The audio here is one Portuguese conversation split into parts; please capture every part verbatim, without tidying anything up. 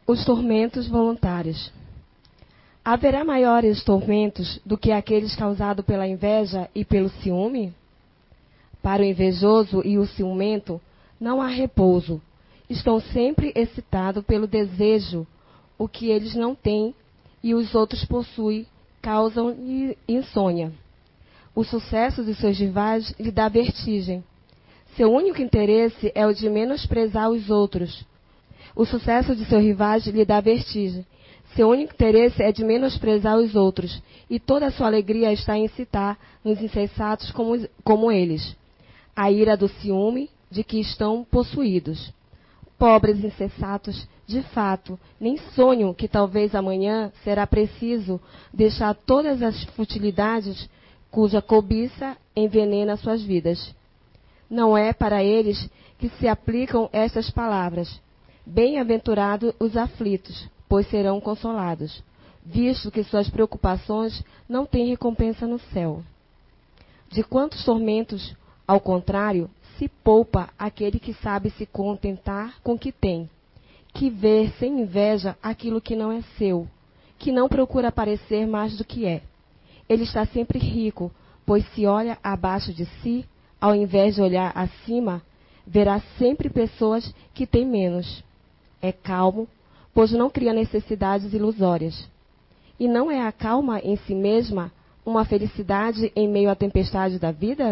Os tormentos voluntários. Haverá maiores tormentos do que aqueles causados pela inveja e pelo ciúme? Para o invejoso e o ciumento não há repouso. Estão sempre excitados pelo desejo, o que eles não têm e os outros possuem, causam-lhe insônia. O sucesso de seus rivais lhe dá vertigem. Seu único interesse é o de menosprezar os outros. O sucesso de seus rivais lhe dá vertigem. Seu único interesse é de menosprezar os outros, e toda a sua alegria está em incitar nos insensatos como, como eles. A ira do ciúme, de que estão possuídos. Pobres insensatos, de fato, nem sonham que talvez amanhã será preciso deixar todas as futilidades cuja cobiça envenena suas vidas. Não é para eles que se aplicam estas palavras. Bem-aventurados os aflitos, pois serão consolados, visto que suas preocupações não têm recompensa no céu. De quantos tormentos, ao contrário, se poupa aquele que sabe se contentar com o que tem, que vê sem inveja aquilo que não é seu, que não procura parecer mais do que é. Ele está sempre rico, pois se olha abaixo de si, ao invés de olhar acima, verá sempre pessoas que têm menos. É calmo, pois não cria necessidades ilusórias. E não é a calma em si mesma uma felicidade em meio à tempestade da vida?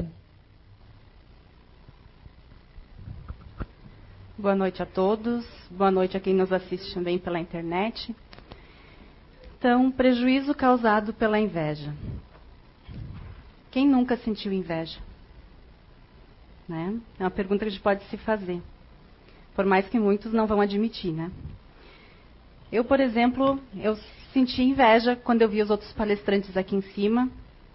Boa noite a todos, boa noite a quem nos assiste também pela internet. Então, prejuízo causado pela inveja. Quem nunca sentiu inveja? Né? É uma pergunta que a gente pode se fazer, por mais que muitos não vão admitir, né? Eu, por exemplo, eu senti inveja quando eu vi os outros palestrantes aqui em cima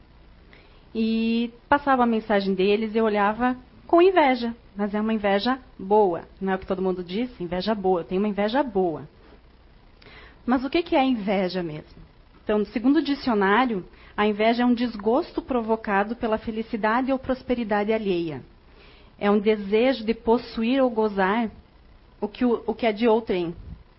e passava a mensagem deles e eu olhava com inveja, mas é uma inveja boa, não é o que todo mundo diz? Inveja boa, eu tenho uma inveja boa. Mas o que é inveja mesmo? Então, segundo o dicionário, a inveja é um desgosto provocado pela felicidade ou prosperidade alheia. É um desejo de possuir ou gozar o que, o, o que é de outrem.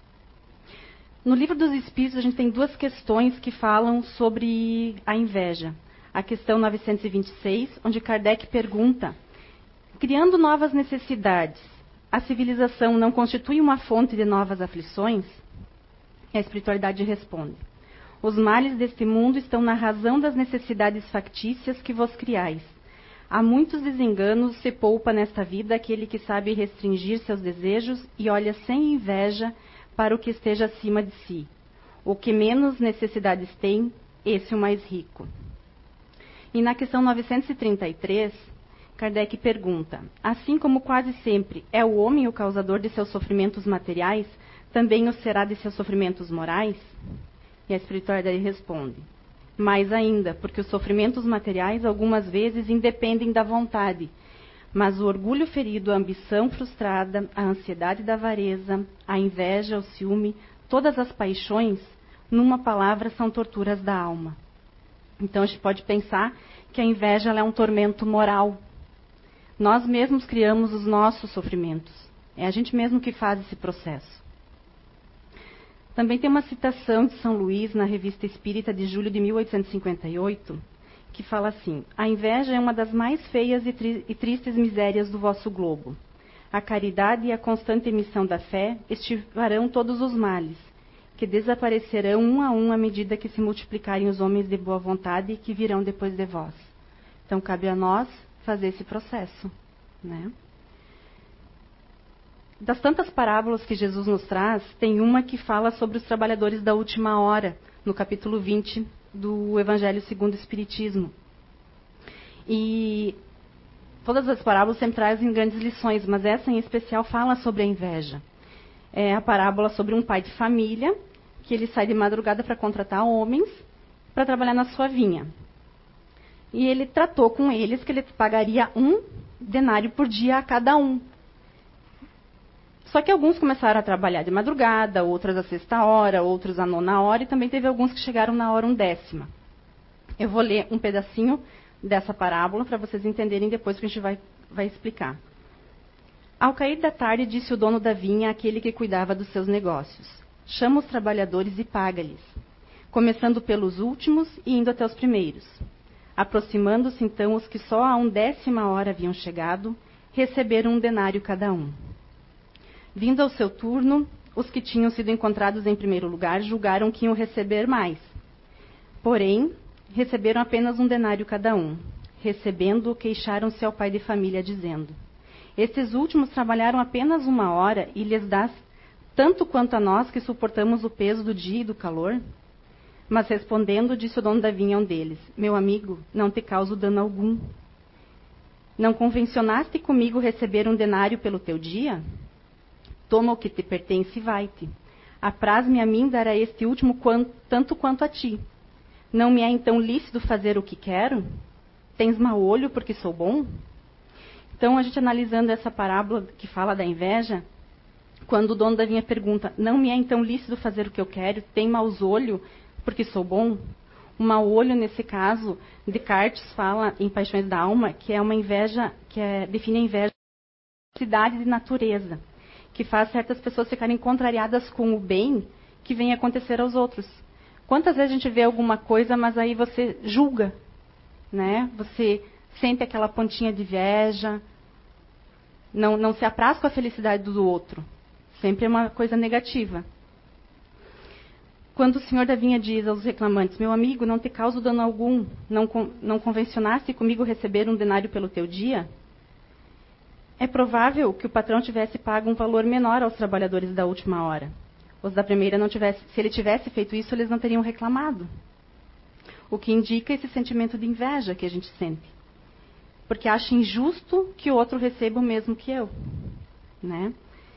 No Livro dos Espíritos, a gente tem duas questões que falam sobre a inveja. A questão novecentos e vinte e seis, onde Kardec pergunta: criando novas necessidades, a civilização não constitui uma fonte de novas aflições? E a espiritualidade responde: os males deste mundo estão na razão das necessidades factícias que vos criais. Há muitos desenganos, se poupa nesta vida aquele que sabe restringir seus desejos e olha sem inveja para o que esteja acima de si. O que menos necessidades tem, esse o mais rico. E na questão novecentos e trinta e três, Kardec pergunta: assim como quase sempre é o homem o causador de seus sofrimentos materiais, também o será de seus sofrimentos morais? E a espiritualidade responde: mais ainda, porque os sofrimentos materiais algumas vezes independem da vontade, mas o orgulho ferido, a ambição frustrada, a ansiedade da avareza, a inveja, o ciúme, todas as paixões, numa palavra, são torturas da alma. Então a gente pode pensar que a inveja ela é um tormento moral. Nós mesmos criamos os nossos sofrimentos. É a gente mesmo que faz esse processo. Também tem uma citação de São Luís na Revista Espírita de julho de mil oitocentos e cinquenta e oito, que fala assim: a inveja é uma das mais feias e, tri e tristes misérias do vosso globo. A caridade e a constante emissão da fé extirparão todos os males, que desaparecerão um a um à medida que se multiplicarem os homens de boa vontade que virão depois de vós. Então cabe a nós fazer esse processo, né? Das tantas parábolas que Jesus nos traz, tem uma que fala sobre os trabalhadores da última hora, no capítulo vinte do Evangelho segundo o Espiritismo. E todas as parábolas sempre trazem grandes lições, mas essa em especial fala sobre a inveja. É a parábola sobre um pai de família, que ele sai de madrugada para contratar homens para trabalhar na sua vinha. E ele tratou com eles que ele pagaria um denário por dia a cada um. Só que alguns começaram a trabalhar de madrugada, outras à sexta hora, outros à nona hora, e também teve alguns que chegaram na hora undécima. Eu vou ler um pedacinho dessa parábola para vocês entenderem depois que a gente vai, vai explicar. Ao cair da tarde, disse o dono da vinha àquele que cuidava dos seus negócios: chama os trabalhadores e paga-lhes, começando pelos últimos e indo até os primeiros. Aproximando-se então os que só a undécima hora haviam chegado, receberam um denário cada um. Vindo ao seu turno, os que tinham sido encontrados em primeiro lugar julgaram que iam receber mais. Porém, receberam apenas um denário cada um. Recebendo-o, queixaram-se ao pai de família, dizendo: estes últimos trabalharam apenas uma hora e lhes dá tanto quanto a nós que suportamos o peso do dia e do calor? Mas respondendo, disse o dono da vinha a um deles: meu amigo, não te causo dano algum. Não convencionaste comigo receber um denário pelo teu dia? Toma o que te pertence e vai-te. Apraz-me a mim dar a este último quanto, tanto quanto a ti. Não me é então lícito fazer o que quero? Tens mau olho porque sou bom? Então, a gente analisando essa parábola que fala da inveja, quando o dono da vinha pergunta: não me é então lícito fazer o que eu quero? Tem maus olhos porque sou bom? O mau olho, nesse caso, Descartes fala em Paixões da Alma, que é uma inveja, que é, define a inveja como necessidade de natureza, que faz certas pessoas ficarem contrariadas com o bem que vem acontecer aos outros. Quantas vezes a gente vê alguma coisa, mas aí você julga, né? Você sente aquela pontinha de inveja, não, não se apraz com a felicidade do outro. Sempre é uma coisa negativa. Quando o senhor da vinha diz aos reclamantes: meu amigo, não te causo dano algum, não, não convencionaste comigo receber um denário pelo teu dia? É provável que o patrão tivesse pago um valor menor aos trabalhadores da última hora. Os da primeira não tivesse, se ele tivesse feito isso, eles não teriam reclamado. O que indica esse sentimento de inveja que a gente sente. Porque acha injusto que o outro receba o mesmo que eu, né?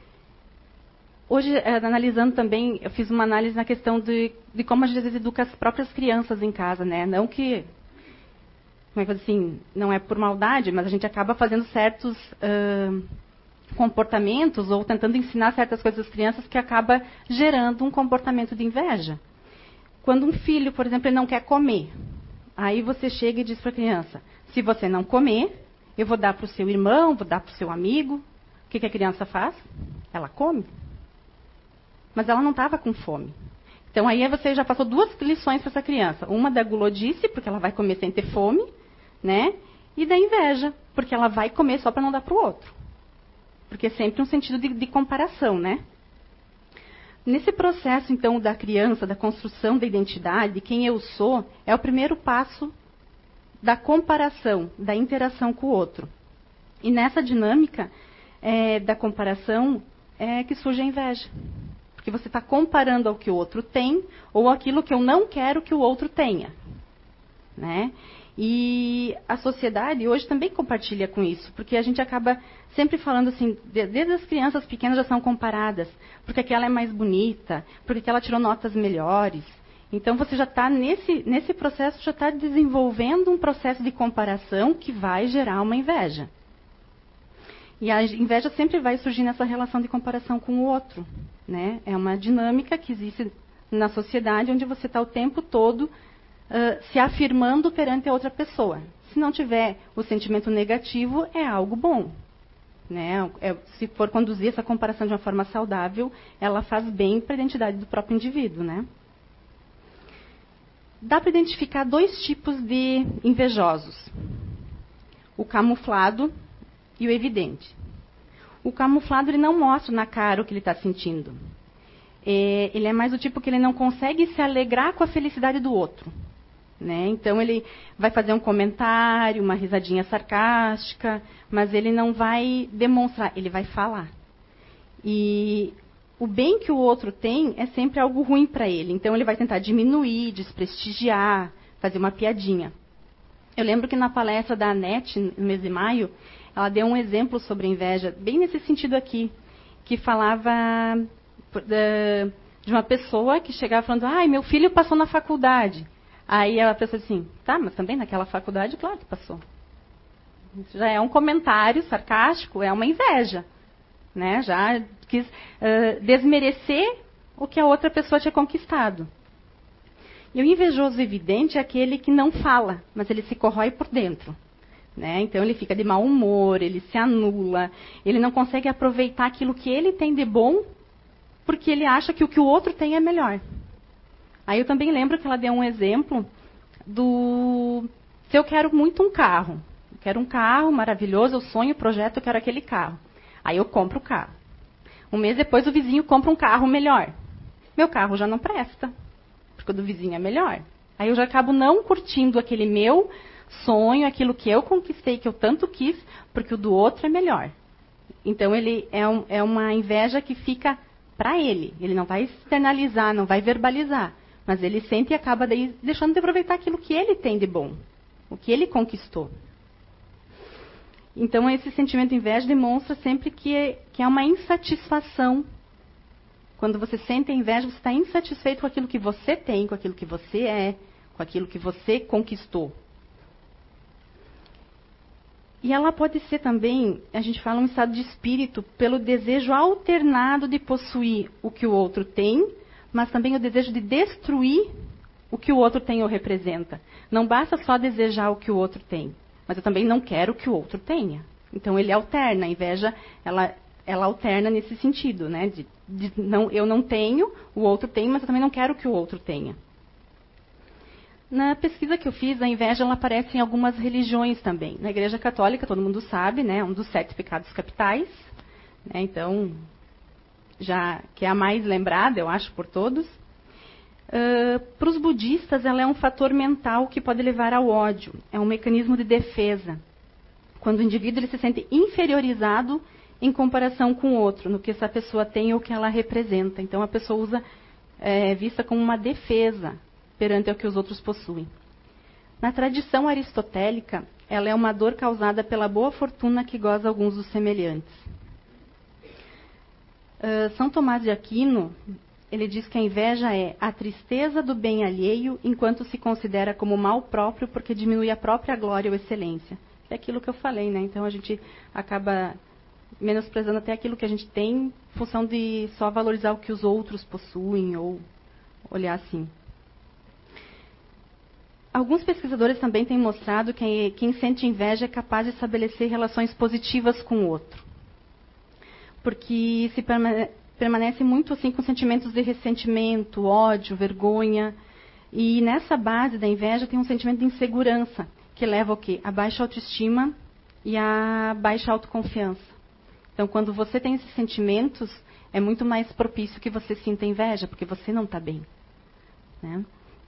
Hoje, analisando também, eu fiz uma análise na questão de, de como a gente às vezes educa as próprias crianças em casa, né? Não que, como é que eu digo assim, não é por maldade, mas a gente acaba fazendo certos uh, comportamentos ou tentando ensinar certas coisas às crianças que acaba gerando um comportamento de inveja. Quando um filho, por exemplo, ele não quer comer, aí você chega e diz para a criança: se você não comer, eu vou dar para o seu irmão, vou dar para o seu amigo. O que, que a criança faz? Ela come. Mas ela não estava com fome. Então aí você já passou duas lições para essa criança. Uma da gulodice, porque ela vai comer sem ter fome, né? E da inveja, porque ela vai comer só para não dar para o outro. Porque é sempre um sentido de, de comparação, né? Nesse processo, então, da criança, da construção da identidade, de quem eu sou, é o primeiro passo da comparação, da interação com o outro. E nessa dinâmica é, da comparação é que surge a inveja. Porque você está comparando ao que o outro tem ou aquilo que eu não quero que o outro tenha, né? E a sociedade hoje também compartilha com isso, porque a gente acaba sempre falando assim, desde as crianças pequenas já são comparadas, porque aquela é mais bonita, porque aquela tirou notas melhores. Então você já está nesse, nesse processo, já está desenvolvendo um processo de comparação que vai gerar uma inveja. E a inveja sempre vai surgir nessa relação de comparação com o outro, né? É uma dinâmica que existe na sociedade onde você está o tempo todo uh, se afirmando perante a outra pessoa. Se não tiver o sentimento negativo, é algo bom, né? É, se for conduzir essa comparação de uma forma saudável, ela faz bem para a identidade do próprio indivíduo, né? Dá para identificar dois tipos de invejosos: o camuflado e o evidente. O camuflado, ele não mostra na cara o que ele está sentindo. É, ele é mais o tipo que ele não consegue se alegrar com a felicidade do outro, né? Então ele vai fazer um comentário, uma risadinha sarcástica, mas ele não vai demonstrar, ele vai falar. E o bem que o outro tem é sempre algo ruim para ele. Então ele vai tentar diminuir, desprestigiar, fazer uma piadinha. Eu lembro que na palestra da Anete, no mês de maio, ela deu um exemplo sobre a inveja, bem nesse sentido aqui, que falava de uma pessoa que chegava falando: ai, meu filho passou na faculdade. Aí a pessoa assim: tá, mas também naquela faculdade, claro que passou. Isso já é um comentário sarcástico, é uma inveja, né? Já quis uh, desmerecer o que a outra pessoa tinha conquistado. E o invejoso evidente é aquele que não fala, mas ele se corrói por dentro, né? Então ele fica de mau humor, ele se anula, ele não consegue aproveitar aquilo que ele tem de bom porque ele acha que o que o outro tem é melhor. Aí eu também lembro que ela deu um exemplo do... Se eu quero muito um carro, eu quero um carro maravilhoso, eu sonho, projeto, eu quero aquele carro. Aí eu compro o carro. Um mês depois o vizinho compra um carro melhor. Meu carro já não presta, porque o do vizinho é melhor. Aí eu já acabo não curtindo aquele meu sonho, aquilo que eu conquistei, que eu tanto quis, porque o do outro é melhor. Então ele é, um, é uma inveja que fica para ele. Ele não vai externalizar, não vai verbalizar. Mas ele sente e acaba daí deixando de aproveitar aquilo que ele tem de bom. O que ele conquistou. Então esse sentimento de inveja demonstra sempre que é, que é uma insatisfação. Quando você sente a inveja, você está insatisfeito com aquilo que você tem, com aquilo que você é, com aquilo que você conquistou. E ela pode ser também, a gente fala, um estado de espírito pelo desejo alternado de possuir o que o outro tem, mas também o desejo de destruir o que o outro tem ou representa. Não basta só desejar o que o outro tem, mas eu também não quero o que o outro tenha. Então ele alterna, a inveja, ela, ela alterna nesse sentido, né? De, de não, eu não tenho, o outro tem, mas eu também não quero que o outro tenha. Na pesquisa que eu fiz, a inveja ela aparece em algumas religiões também. Na Igreja Católica, todo mundo sabe, né? Um dos sete pecados capitais. Né? Então, já que é a mais lembrada, eu acho, por todos. Uh, para os budistas, ela é um fator mental que pode levar ao ódio. É um mecanismo de defesa. Quando o indivíduo ele se sente inferiorizado em comparação com o outro, no que essa pessoa tem ou que ela representa. Então, a pessoa usa, é vista como uma defesa perante o que os outros possuem. Na tradição aristotélica, ela é uma dor causada pela boa fortuna que goza alguns dos semelhantes. Uh, São Tomás de Aquino, ele diz que a inveja é a tristeza do bem alheio, enquanto se considera como mal próprio, porque diminui a própria glória ou excelência. É aquilo que eu falei, né? Então a gente acaba menosprezando até aquilo que a gente tem, em função de só valorizar o que os outros possuem, ou olhar assim. Alguns pesquisadores também têm mostrado que quem sente inveja é capaz de estabelecer relações positivas com o outro. Porque se permane- permanece muito assim com sentimentos de ressentimento, ódio, vergonha. E nessa base da inveja tem um sentimento de insegurança, que leva ao quê? A baixa autoestima e a baixa autoconfiança. Então, quando você tem esses sentimentos, é muito mais propício que você sinta inveja, porque você não está bem. Né?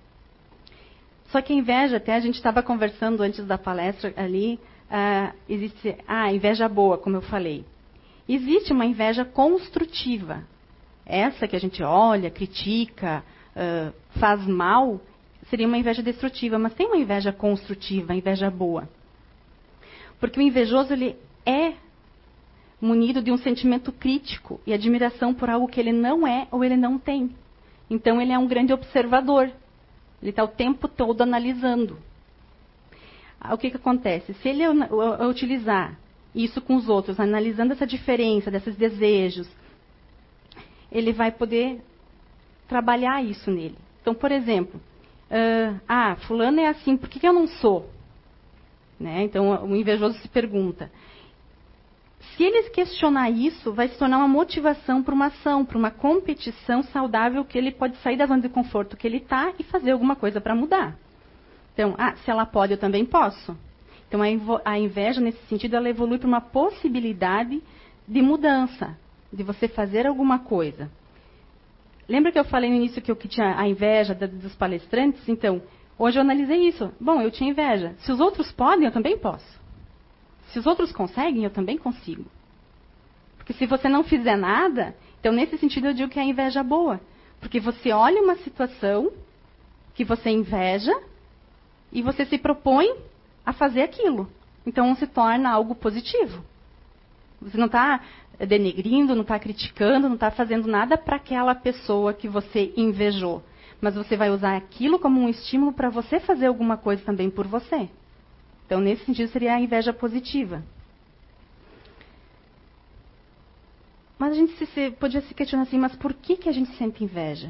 Só que a inveja, até a gente estava conversando antes da palestra ali, uh, existe a ah, inveja boa, como eu falei. Existe uma inveja construtiva. Essa que a gente olha, critica, uh, faz mal, seria uma inveja destrutiva. Mas tem uma inveja construtiva, a inveja boa. Porque o invejoso, ele é munido de um sentimento crítico e admiração por algo que ele não é ou ele não tem. Então, ele é um grande observador. Ele está o tempo todo analisando. O que, que acontece? Se ele utilizar isso com os outros, analisando essa diferença, desses desejos, ele vai poder trabalhar isso nele. Então, por exemplo, uh, ah, fulano é assim, por que, que eu não sou? Né? Então, o invejoso se pergunta. Se ele questionar isso, vai se tornar uma motivação para uma ação, para uma competição saudável, que ele pode sair da zona de conforto que ele está e fazer alguma coisa para mudar. Então, ah, se ela pode, eu também posso. Então, a inveja, nesse sentido, ela evolui para uma possibilidade de mudança, de você fazer alguma coisa. Lembra que eu falei no início que eu que tinha a inveja dos palestrantes? Então, hoje eu analisei isso. Bom, eu tinha inveja. Se os outros podem, eu também posso. Se os outros conseguem, eu também consigo. Porque se você não fizer nada, então nesse sentido eu digo que é a inveja boa. Porque você olha uma situação que você inveja e você se propõe a fazer aquilo. Então se torna algo positivo. Você não está denegrindo, não está criticando, não está fazendo nada para aquela pessoa que você invejou. Mas você vai usar aquilo como um estímulo para você fazer alguma coisa também por você. Então, nesse sentido, seria a inveja positiva. Mas a gente se, se, podia se questionar assim, mas por que, que a gente sente inveja?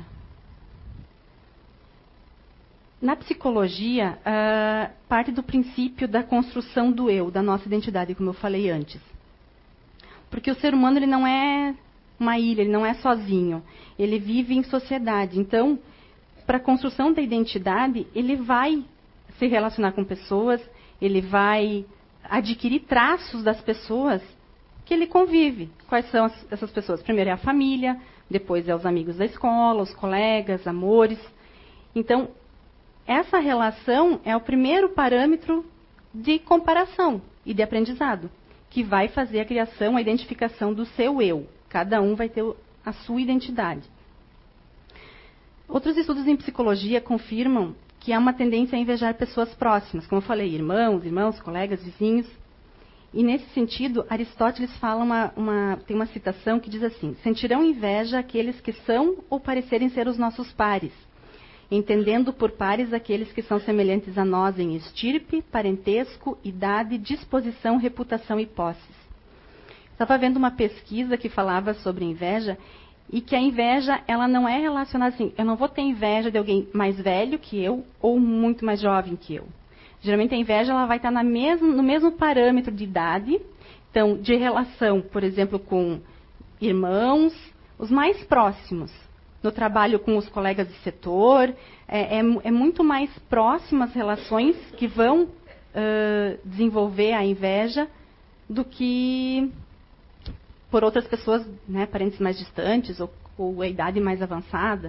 Na psicologia, uh, parte do princípio da construção do eu, da nossa identidade, como eu falei antes. Porque o ser humano ele não é uma ilha, ele não é sozinho. Ele vive em sociedade. Então, para a construção da identidade, ele vai se relacionar com pessoas, ele vai adquirir traços das pessoas que ele convive. Quais são as, essas pessoas? Primeiro é a família, depois é os amigos da escola, os colegas, amores. Então, essa relação é o primeiro parâmetro de comparação e de aprendizado, que vai fazer a criação, a identificação do seu eu. Cada um vai ter a sua identidade. Outros estudos em psicologia confirmam que há uma tendência a invejar pessoas próximas, como eu falei, irmãos, irmãos, colegas, vizinhos. E nesse sentido, Aristóteles fala uma, uma, tem uma citação que diz assim: sentirão inveja aqueles que são ou parecerem ser os nossos pares, entendendo por pares aqueles que são semelhantes a nós em estirpe, parentesco, idade, disposição, reputação e posses. Estava vendo uma pesquisa que falava sobre inveja e que a inveja ela não é relacionada assim, eu não vou ter inveja de alguém mais velho que eu ou muito mais jovem que eu. Geralmente a inveja ela vai estar na mesmo, no mesmo parâmetro de idade, então de relação, por exemplo, com irmãos, os mais próximos. No trabalho com os colegas de setor, é, é, é muito mais próximas relações que vão uh, desenvolver a inveja do que por outras pessoas, né, parentes mais distantes ou, ou a idade mais avançada.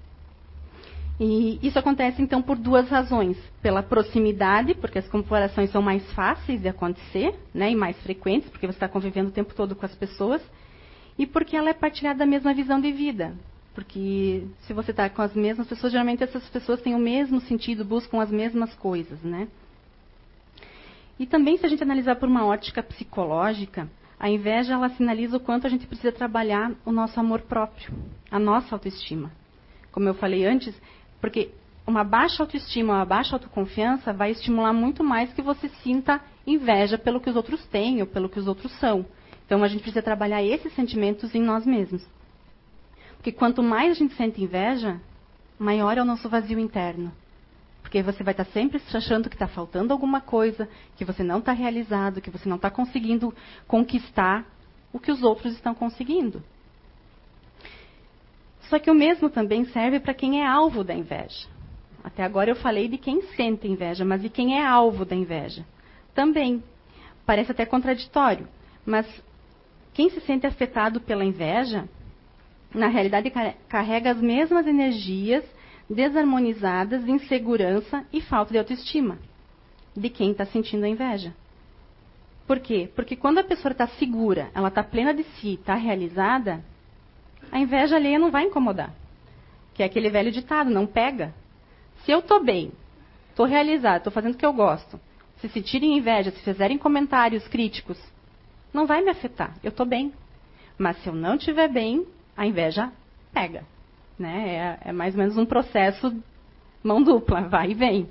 E isso acontece, então, por duas razões. Pela proximidade, porque as comparações são mais fáceis de acontecer, né, e mais frequentes, porque você está convivendo o tempo todo com as pessoas, e porque ela é partilhada da mesma visão de vida. Porque se você está com as mesmas pessoas, geralmente essas pessoas têm o mesmo sentido, buscam as mesmas coisas, né? E também, se a gente analisar por uma ótica psicológica, a inveja, ela sinaliza o quanto a gente precisa trabalhar o nosso amor próprio, a nossa autoestima. Como eu falei antes, porque uma baixa autoestima, uma baixa autoconfiança vai estimular muito mais que você sinta inveja pelo que os outros têm ou pelo que os outros são. Então, a gente precisa trabalhar esses sentimentos em nós mesmos. Porque quanto mais a gente sente inveja, maior é o nosso vazio interno. Porque você vai estar sempre achando que está faltando alguma coisa, que você não está realizado, que você não está conseguindo conquistar o que os outros estão conseguindo. Só que o mesmo também serve para quem é alvo da inveja. Até agora eu falei de quem sente inveja, mas e quem é alvo da inveja? Também. Parece até contraditório, mas quem se sente afetado pela inveja, na realidade carrega as mesmas energias desarmonizadas de insegurança e falta de autoestima de quem está sentindo a inveja. Por quê? Porque quando a pessoa está segura, ela está plena de si, está realizada, a inveja alheia não vai incomodar. Que é aquele velho ditado, não pega. Se eu estou bem, estou realizada, estou fazendo o que eu gosto, se sentirem inveja, se fizerem comentários críticos, não vai me afetar, eu estou bem. Mas se eu não estiver bem, a inveja pega. Né? É, é mais ou menos um processo mão dupla, vai e vem.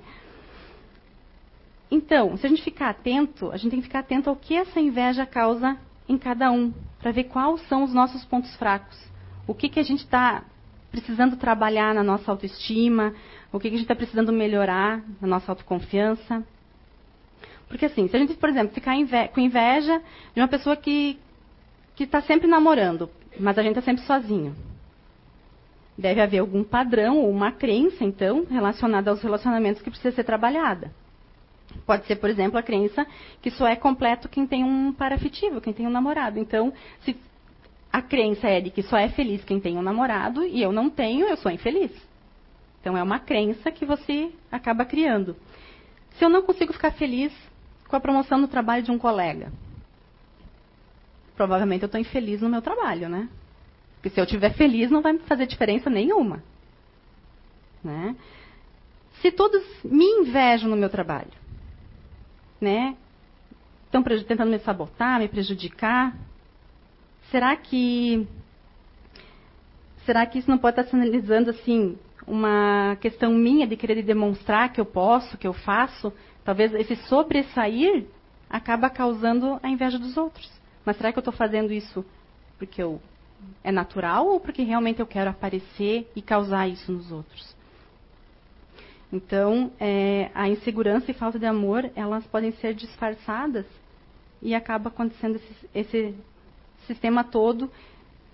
Então, se a gente ficar atento, a gente tem que ficar atento ao que essa inveja causa em cada um, para ver quais são os nossos pontos fracos. O que, que a gente está precisando trabalhar na nossa autoestima, o que, que a gente está precisando melhorar na nossa autoconfiança. Porque assim, se a gente, por exemplo, ficar inve- com inveja de uma pessoa que que está sempre namorando, mas a gente está sempre sozinho. Deve haver algum padrão ou uma crença, então, relacionada aos relacionamentos que precisa ser trabalhada. Pode ser, por exemplo, a crença que só é completo quem tem um par afetivo, quem tem um namorado. Então, se a crença é de que só é feliz quem tem um namorado e eu não tenho, eu sou infeliz. Então, é uma crença que você acaba criando. Se eu não consigo ficar feliz com a promoção no trabalho de um colega, provavelmente eu estou infeliz no meu trabalho, né? Porque se eu estiver feliz, não vai me fazer diferença nenhuma. Né? Se todos me invejam no meu trabalho, né? Estão tentando me sabotar, me prejudicar, será que será que isso não pode estar sinalizando assim uma questão minha de querer demonstrar que eu posso, que eu faço? Talvez esse sobressair acaba causando a inveja dos outros. Mas será que eu estou fazendo isso porque eu, é natural ou porque realmente eu quero aparecer e causar isso nos outros? Então, é, a insegurança e falta de amor, elas podem ser disfarçadas e acaba acontecendo esse, esse sistema todo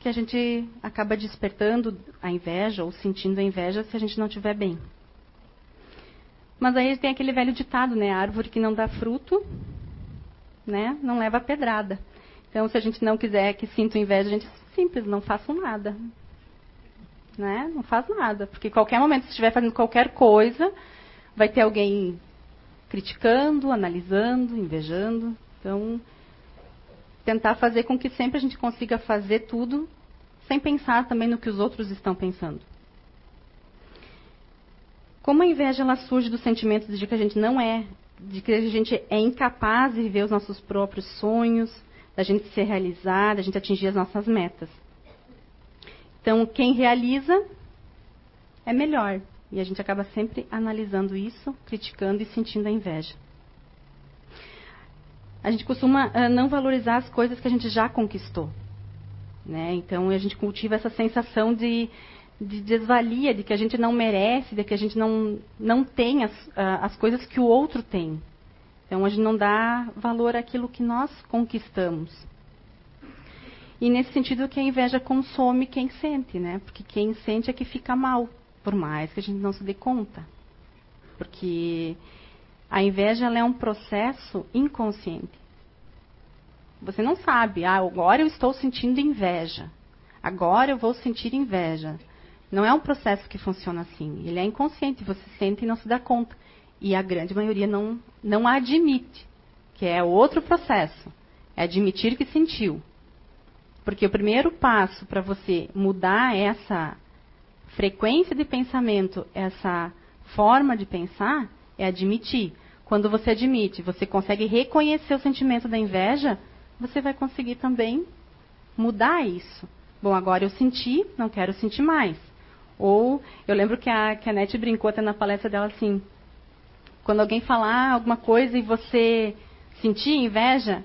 que a gente acaba despertando a inveja ou sentindo a inveja se a gente não estiver bem. Mas aí tem aquele velho ditado, né? A árvore que não dá fruto, né, não leva pedrada. Então, se a gente não quiser que sinta inveja, a gente simples, não faça nada. Né? Não faz nada. Porque qualquer momento, se estiver fazendo qualquer coisa, vai ter alguém criticando, analisando, invejando. Então, tentar fazer com que sempre a gente consiga fazer tudo sem pensar também no que os outros estão pensando. Como a inveja ela surge do sentimento de que a gente não é, de que a gente é incapaz de viver os nossos próprios sonhos, da gente se realizar, da gente atingir as nossas metas. Então, quem realiza é melhor. E a gente acaba sempre analisando isso, criticando e sentindo a inveja. A gente costuma uh, não valorizar as coisas que a gente já conquistou. Né? Então, a gente cultiva essa sensação de, de desvalia, de que a gente não merece, de que a gente não, não tem as, uh, as coisas que o outro tem. Então, a gente não dá valor àquilo que nós conquistamos. E nesse sentido que a inveja consome quem sente, né? Porque quem sente é que fica mal, por mais que a gente não se dê conta. Porque a inveja ela é um processo inconsciente. Você não sabe, ah, agora eu estou sentindo inveja. Agora eu vou sentir inveja. Não é um processo que funciona assim. Ele é inconsciente, você sente e não se dá conta. E a grande maioria não, não admite, que é outro processo. É admitir que sentiu. Porque o primeiro passo para você mudar essa frequência de pensamento, essa forma de pensar, é admitir. Quando você admite, você consegue reconhecer o sentimento da inveja, você vai conseguir também mudar isso. Bom, agora eu senti, não quero sentir mais. Ou, eu lembro que a, que a Nete brincou até na palestra dela assim, quando alguém falar alguma coisa e você sentir inveja,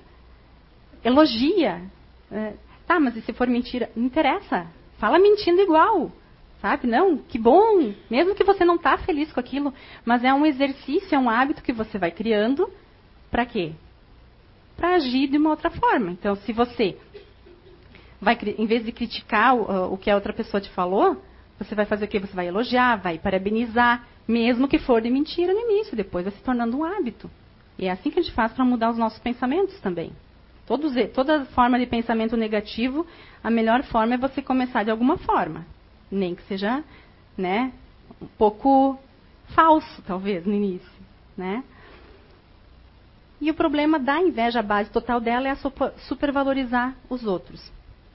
elogia. É, tá, mas e se for mentira? Não interessa. Fala mentindo igual. Sabe? Não, que bom. Mesmo que você não está feliz com aquilo. Mas é um exercício, é um hábito que você vai criando. Para quê? Para agir de uma outra forma. Então, se você vai, em vez de criticar o, o que a outra pessoa te falou, você vai fazer o quê? Você vai elogiar, vai parabenizar. Mesmo que for de mentira no início. Depois vai se tornando um hábito. E é assim que a gente faz para mudar os nossos pensamentos também. Todos, toda forma de pensamento negativo, a melhor forma é você começar de alguma forma. Nem que seja, né, um pouco falso, talvez, no início. Né? E o problema da inveja, a base total dela é a supervalorizar os outros.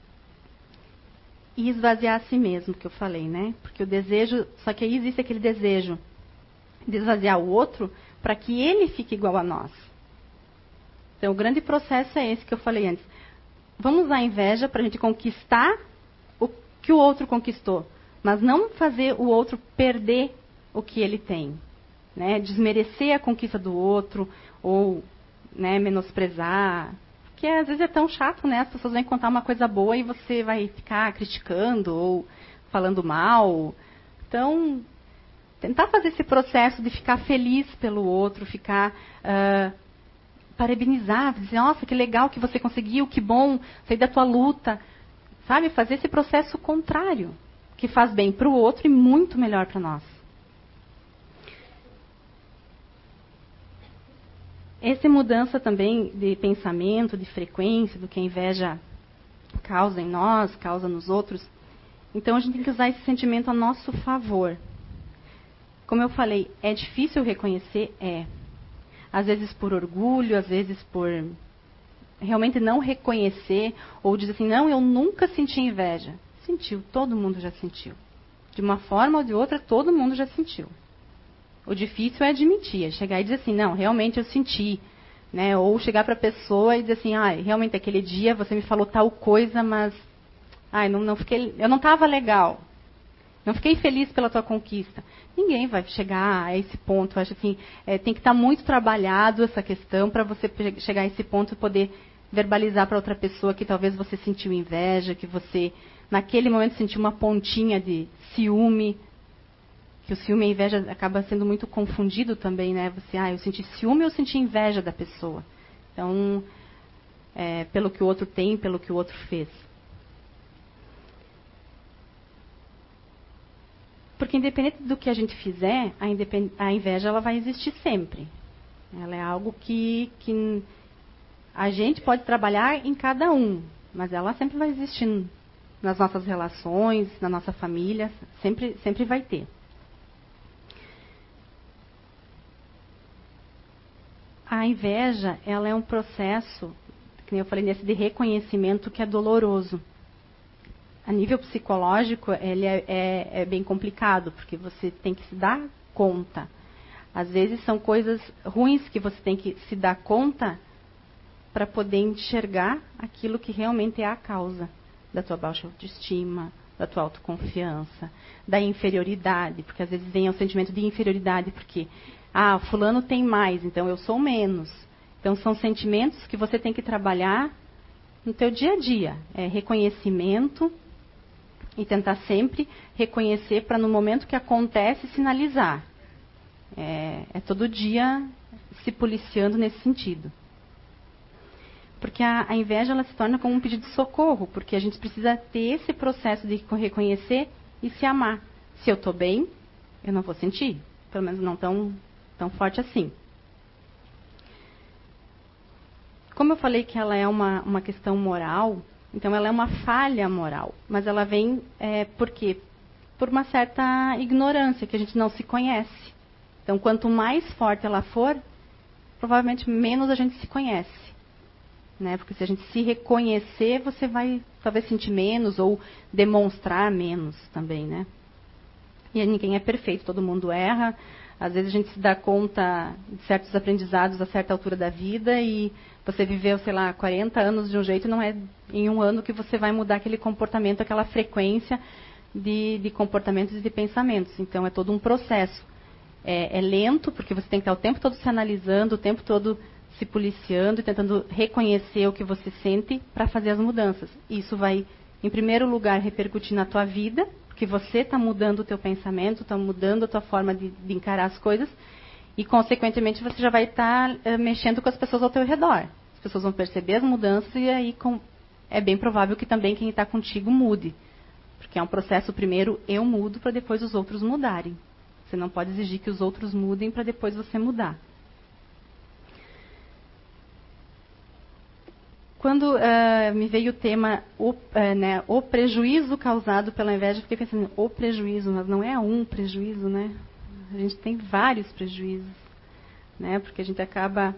E esvaziar a si mesmo, que eu falei, né? Porque o desejo, só que aí existe aquele desejo de esvaziar o outro para que ele fique igual a nós. Então, o grande processo é esse que eu falei antes. Vamos usar a inveja para a gente conquistar o que o outro conquistou, mas não fazer o outro perder o que ele tem. Né? Desmerecer a conquista do outro ou, né, menosprezar. Porque às vezes é tão chato, né? As pessoas vêm contar uma coisa boa e você vai ficar criticando ou falando mal. Então, tentar fazer esse processo de ficar feliz pelo outro, ficar... Uh, parabenizar, dizer, nossa, que legal que você conseguiu, que bom, sair da tua luta. Sabe? Fazer esse processo contrário, que faz bem para o outro e muito melhor para nós. Essa mudança também de pensamento, de frequência, do que a inveja causa em nós, causa nos outros. Então a gente tem que usar esse sentimento a nosso favor. Como eu falei, é difícil reconhecer? É. Às vezes por orgulho, às vezes por realmente não reconhecer, ou dizer assim, não, eu nunca senti inveja. Sentiu, todo mundo já sentiu. De uma forma ou de outra, todo mundo já sentiu. O difícil é admitir, é chegar e dizer assim, não, realmente eu senti. Né? Ou chegar para a pessoa e dizer assim, ah, realmente aquele dia você me falou tal coisa, mas ai, não, não fiquei, eu não estava legal. Não fiquei feliz pela tua conquista. Ninguém vai chegar a esse ponto. Eu acho assim, é, tem que estar muito trabalhado essa questão para você chegar a esse ponto e poder verbalizar para outra pessoa que talvez você sentiu inveja, que você, naquele momento, sentiu uma pontinha de ciúme. Que o ciúme e a inveja acaba sendo muito confundido também, né? Você, ah, eu senti ciúme ou eu senti inveja da pessoa. Então, é, pelo que o outro tem, pelo que o outro fez. Porque independente do que a gente fizer, a, independ... a inveja ela vai existir sempre. Ela é algo que, que a gente pode trabalhar em cada um, mas ela sempre vai existir nas nossas relações, na nossa família, sempre, sempre vai ter. A inveja, ela é um processo, como eu falei nesse de reconhecimento, que é doloroso. A nível psicológico, ele é, é, é bem complicado, porque você tem que se dar conta. Às vezes são coisas ruins que você tem que se dar conta para poder enxergar aquilo que realmente é a causa da tua baixa autoestima, da tua autoconfiança, da inferioridade, porque às vezes vem o sentimento de inferioridade, porque ah, fulano tem mais, então eu sou menos. Então são sentimentos que você tem que trabalhar no teu dia a dia. É reconhecimento e tentar sempre reconhecer para no momento que acontece sinalizar. É, é todo dia se policiando nesse sentido. Porque a, a inveja ela se torna como um pedido de socorro, porque a gente precisa ter esse processo de reconhecer e se amar. Se eu estou bem, eu não vou sentir, pelo menos não tão, tão forte assim. Como eu falei que ela é uma, uma questão moral, então ela é uma falha moral, mas ela vem é, por quê? Por uma certa ignorância, que a gente não se conhece. Então, quanto mais forte ela for, provavelmente menos a gente se conhece. Né? Porque se a gente se reconhecer, você vai talvez sentir menos ou demonstrar menos também. Né? E ninguém é perfeito, todo mundo erra. Às vezes a gente se dá conta de certos aprendizados a certa altura da vida e você viveu, sei lá, quarenta anos de um jeito, não é em um ano que você vai mudar aquele comportamento, aquela frequência de, de comportamentos e de pensamentos. Então é todo um processo. É, é lento, porque você tem que estar o tempo todo se analisando, o tempo todo se policiando e tentando reconhecer o que você sente para fazer as mudanças. Isso vai, em primeiro lugar, repercutir na tua vida, porque você está mudando o teu pensamento, está mudando a tua forma de, de encarar as coisas, e, consequentemente, você já vai estar tá, uh, mexendo com as pessoas ao teu redor. As pessoas vão perceber as mudanças e aí com, é bem provável que também quem está contigo mude. Porque é um processo, primeiro, eu mudo para depois os outros mudarem. Você não pode exigir que os outros mudem para depois você mudar. Quando uh, me veio o tema, o, uh, né, o prejuízo causado pela inveja, eu fiquei pensando, o prejuízo, mas não é um prejuízo, né? A gente tem vários prejuízos, né? Porque a gente acaba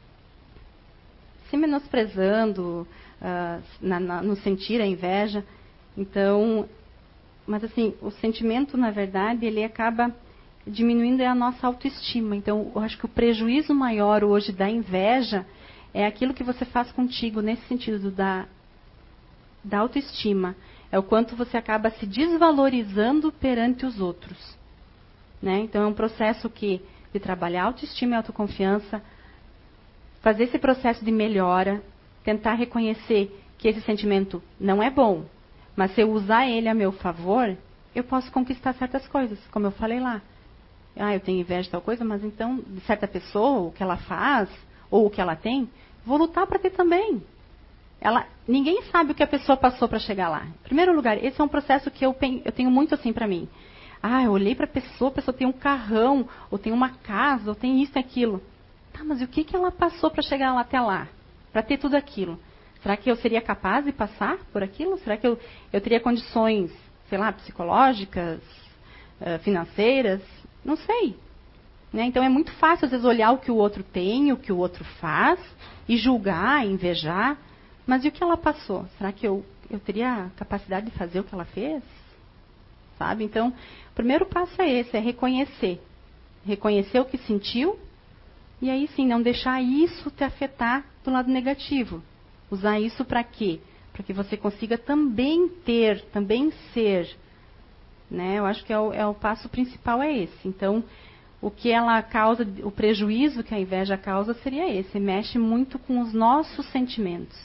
se menosprezando uh, na, na, no sentir a inveja. Então, mas assim, o sentimento, na verdade, ele acaba diminuindo a nossa autoestima. Então, eu acho que o prejuízo maior hoje da inveja é aquilo que você faz contigo, nesse sentido da, da autoestima. É o quanto você acaba se desvalorizando perante os outros. Né? Então, é um processo que, de trabalhar autoestima e autoconfiança, fazer esse processo de melhora, tentar reconhecer que esse sentimento não é bom, mas se eu usar ele a meu favor, eu posso conquistar certas coisas, como eu falei lá. Ah, eu tenho inveja de tal coisa, mas então, de certa pessoa, o que ela faz, ou o que ela tem, vou lutar para ter também. Ela, ninguém sabe o que a pessoa passou para chegar lá. Em primeiro lugar, esse é um processo que eu, eu tenho muito assim para mim. Ah, eu olhei para a pessoa, a pessoa tem um carrão, ou tem uma casa, ou tem isso e aquilo. Tá, mas e o que, que ela passou para chegar lá, até lá? Para ter tudo aquilo? Será que eu seria capaz de passar por aquilo? Será que eu, eu teria condições, sei lá, psicológicas, uh, financeiras? Não sei. Né? Então é muito fácil, às vezes, olhar o que o outro tem, o que o outro faz, e julgar, invejar. Mas e o que ela passou? Será que eu, eu teria capacidade de fazer o que ela fez? Sabe? Então, o primeiro passo é esse, é reconhecer. Reconhecer o que sentiu, e aí sim, não deixar isso te afetar do lado negativo. Usar isso para quê? Para que você consiga também ter, também ser. Né? Eu acho que é o, é o passo principal é esse. Então, o que ela causa, o prejuízo que a inveja causa seria esse. Mexe muito com os nossos sentimentos.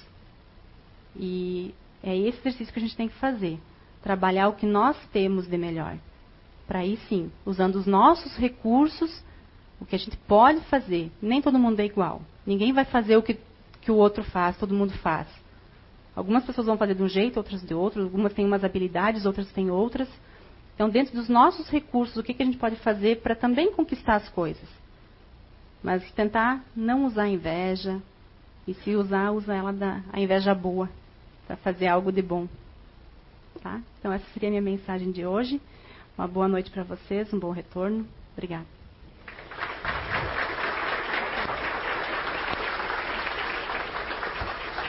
E é esse exercício que a gente tem que fazer. Trabalhar o que nós temos de melhor. Para aí sim, usando os nossos recursos, o que a gente pode fazer. Nem todo mundo é igual. Ninguém vai fazer o que, que o outro faz, todo mundo faz. Algumas pessoas vão fazer de um jeito, outras de outro. Algumas têm umas habilidades, outras têm outras. Então, dentro dos nossos recursos, o que, que a gente pode fazer para também conquistar as coisas? Mas tentar não usar a inveja, e se usar, usar ela da, a inveja boa, para fazer algo de bom. Tá? Então, essa seria a minha mensagem de hoje. Uma boa noite para vocês, um bom retorno. Obrigada.